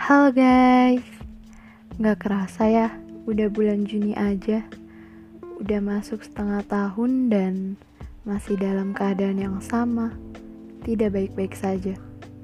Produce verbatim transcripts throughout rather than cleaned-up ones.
Halo guys, gak kerasa ya, udah bulan Juni aja. Udah masuk setengah tahun dan masih dalam keadaan yang sama, tidak baik-baik saja.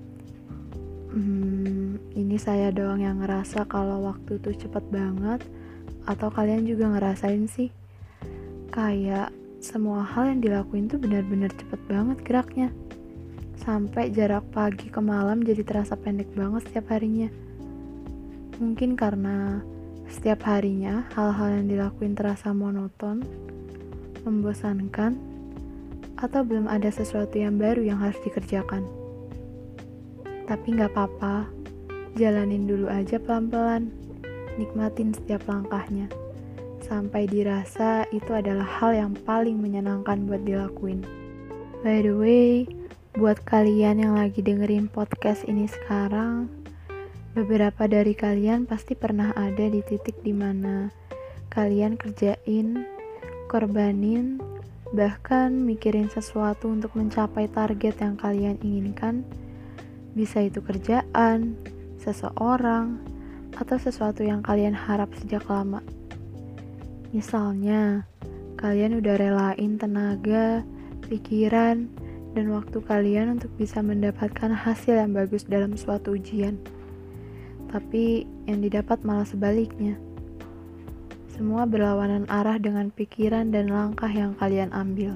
Hmm, ini saya doang yang ngerasa kalau waktu tuh cepet banget. Atau kalian juga ngerasain sih? Kayak semua hal yang dilakuin tuh benar-benar cepet banget geraknya. Sampai jarak pagi ke malam jadi terasa pendek banget setiap harinya. Mungkin karena setiap harinya hal-hal yang dilakuin terasa monoton, membosankan, atau belum ada sesuatu yang baru yang harus dikerjakan. Tapi gak apa-apa, jalanin dulu aja pelan-pelan, nikmatin setiap langkahnya, sampai dirasa itu adalah hal yang paling menyenangkan buat dilakuin. By the way, buat kalian yang lagi dengerin podcast ini sekarang, beberapa dari kalian pasti pernah ada di titik dimana kalian kerjain, korbanin, bahkan mikirin sesuatu untuk mencapai target yang kalian inginkan. Bisa itu kerjaan, seseorang, atau sesuatu yang kalian harap sejak lama. Misalnya, kalian udah relain tenaga, pikiran, dan waktu kalian untuk bisa mendapatkan hasil yang bagus dalam suatu ujian. Tapi yang didapat malah sebaliknya. Semua berlawanan arah dengan pikiran dan langkah yang kalian ambil.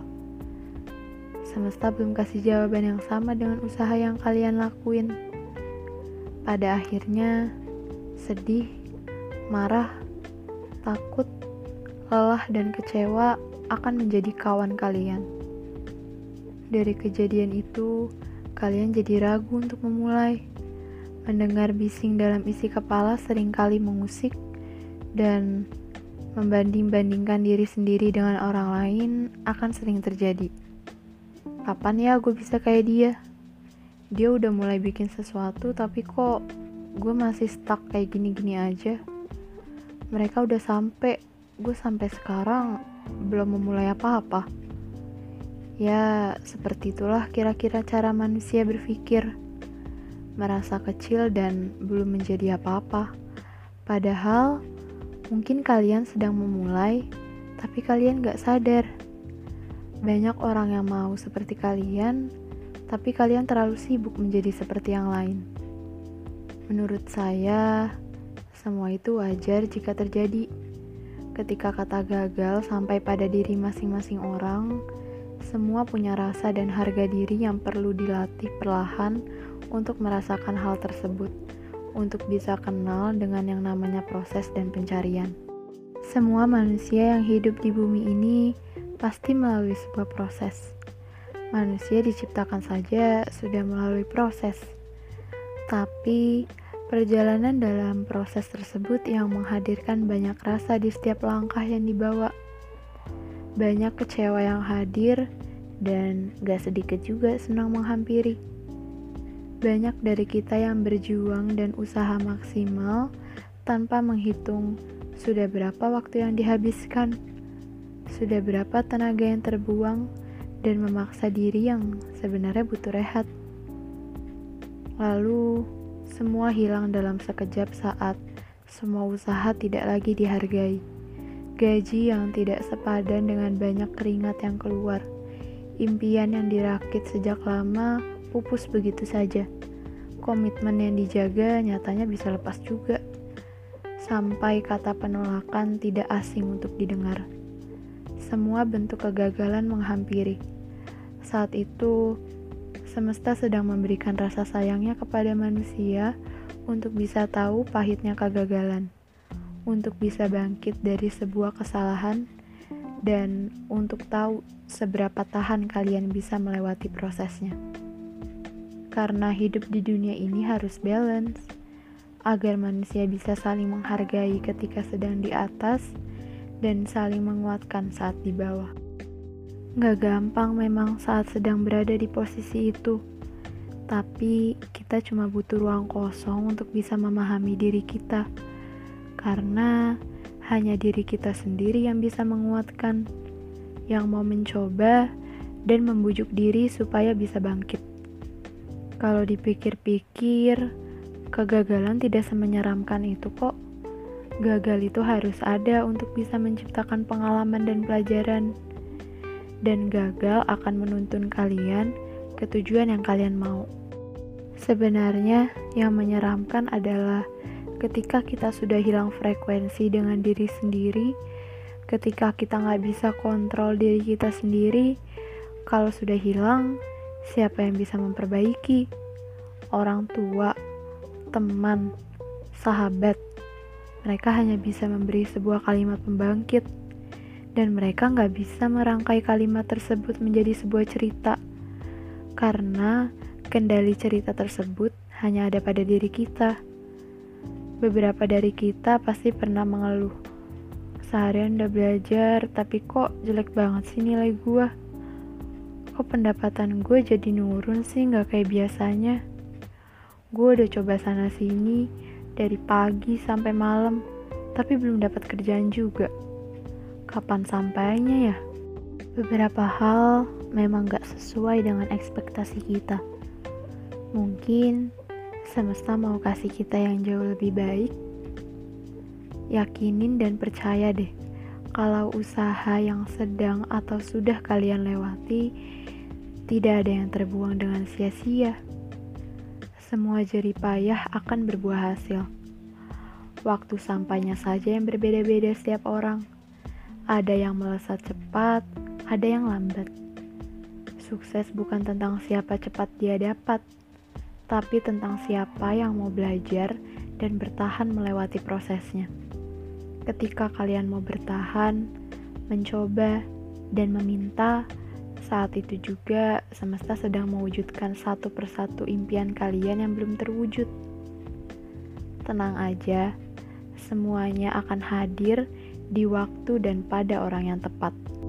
Semesta belum kasih jawaban yang sama dengan usaha yang kalian lakuin. Pada akhirnya, sedih, marah, takut, lelah, dan kecewa akan menjadi kawan kalian. Dari kejadian itu, kalian jadi ragu untuk memulai. Mendengar bising dalam isi kepala seringkali mengusik, dan membanding-bandingkan diri sendiri dengan orang lain akan sering terjadi. Kapan ya gue bisa kayak dia? Dia udah mulai bikin sesuatu tapi kok gue masih stuck kayak gini-gini aja. Mereka udah sampai, gue sampai sekarang belum memulai apa-apa. Ya, seperti itulah kira-kira cara manusia berpikir. Merasa kecil dan belum menjadi apa-apa. Padahal mungkin kalian sedang memulai, tapi kalian gak sadar. Banyak orang yang mau seperti kalian, tapi kalian terlalu sibuk menjadi seperti yang lain. Menurut saya, semua itu wajar jika terjadi. Ketika kata gagal sampai pada diri masing-masing orang, semua punya rasa dan harga diri yang perlu dilatih perlahan untuk merasakan hal tersebut, untuk bisa kenal dengan yang namanya proses dan pencarian. Semua manusia yang hidup di bumi ini pasti melalui sebuah proses. Manusia diciptakan saja sudah melalui proses. Tapi perjalanan dalam proses tersebut yang menghadirkan banyak rasa di setiap langkah yang dibawa. Banyak kecewa yang hadir dan gak sedikit juga senang menghampiri. Banyak dari kita yang berjuang dan usaha maksimal tanpa menghitung sudah berapa waktu yang dihabiskan, sudah berapa tenaga yang terbuang, dan memaksa diri yang sebenarnya butuh rehat. Lalu, semua hilang dalam sekejap saat semua usaha tidak lagi dihargai. Gaji yang tidak sepadan dengan banyak keringat yang keluar. Impian yang dirakit sejak lama pupus begitu saja. Komitmen yang dijaga nyatanya bisa lepas juga. Sampai kata penolakan tidak asing untuk didengar. Semua bentuk kegagalan menghampiri. Saat itu, semesta sedang memberikan rasa sayangnya kepada manusia untuk bisa tahu pahitnya kegagalan, untuk bisa bangkit dari sebuah kesalahan, dan untuk tahu seberapa tahan kalian bisa melewati prosesnya. Karena hidup di dunia ini harus balance, agar manusia bisa saling menghargai ketika sedang di atas, dan saling menguatkan saat di bawah. Gak gampang memang saat sedang berada di posisi itu, tapi kita cuma butuh ruang kosong untuk bisa memahami diri kita, karena hanya diri kita sendiri yang bisa menguatkan, yang mau mencoba dan membujuk diri supaya bisa bangkit. Kalau dipikir-pikir, kegagalan tidak semenyeramkan itu kok. Gagal itu harus ada untuk bisa menciptakan pengalaman dan pelajaran. Dan gagal akan menuntun kalian ke tujuan yang kalian mau. Sebenarnya yang menyeramkan adalah ketika kita sudah hilang frekuensi dengan diri sendiri, ketika kita nggak bisa kontrol diri kita sendiri. Kalau sudah hilang, siapa yang bisa memperbaiki? Orang tua, teman, sahabat. Mereka hanya bisa memberi sebuah kalimat pembangkit, dan mereka nggak bisa merangkai kalimat tersebut menjadi sebuah cerita, karena kendali cerita tersebut hanya ada pada diri kita. Beberapa dari kita pasti pernah mengeluh, seharian udah belajar, tapi kok jelek banget sih nilai gue. Kok pendapatan gue jadi nurun sih, gak kayak biasanya. Gue udah coba sana sini, dari pagi sampai malam, tapi belum dapat kerjaan juga. Kapan sampainya ya? Beberapa hal memang gak sesuai dengan ekspektasi kita. Mungkin semesta mau kasih kita yang jauh lebih baik. Yakinin dan percaya deh, kalau usaha yang sedang atau sudah kalian lewati tidak ada yang terbuang dengan sia-sia. Semua jerih payah akan berbuah hasil. Waktu sampainya saja yang berbeda-beda setiap orang. Ada yang melesat cepat, ada yang lambat. Sukses bukan tentang siapa cepat dia dapat, tapi tentang siapa yang mau belajar dan bertahan melewati prosesnya. Ketika kalian mau bertahan, mencoba, dan meminta, saat itu juga semesta sedang mewujudkan satu persatu impian kalian yang belum terwujud. Tenang aja, semuanya akan hadir di waktu dan pada orang yang tepat.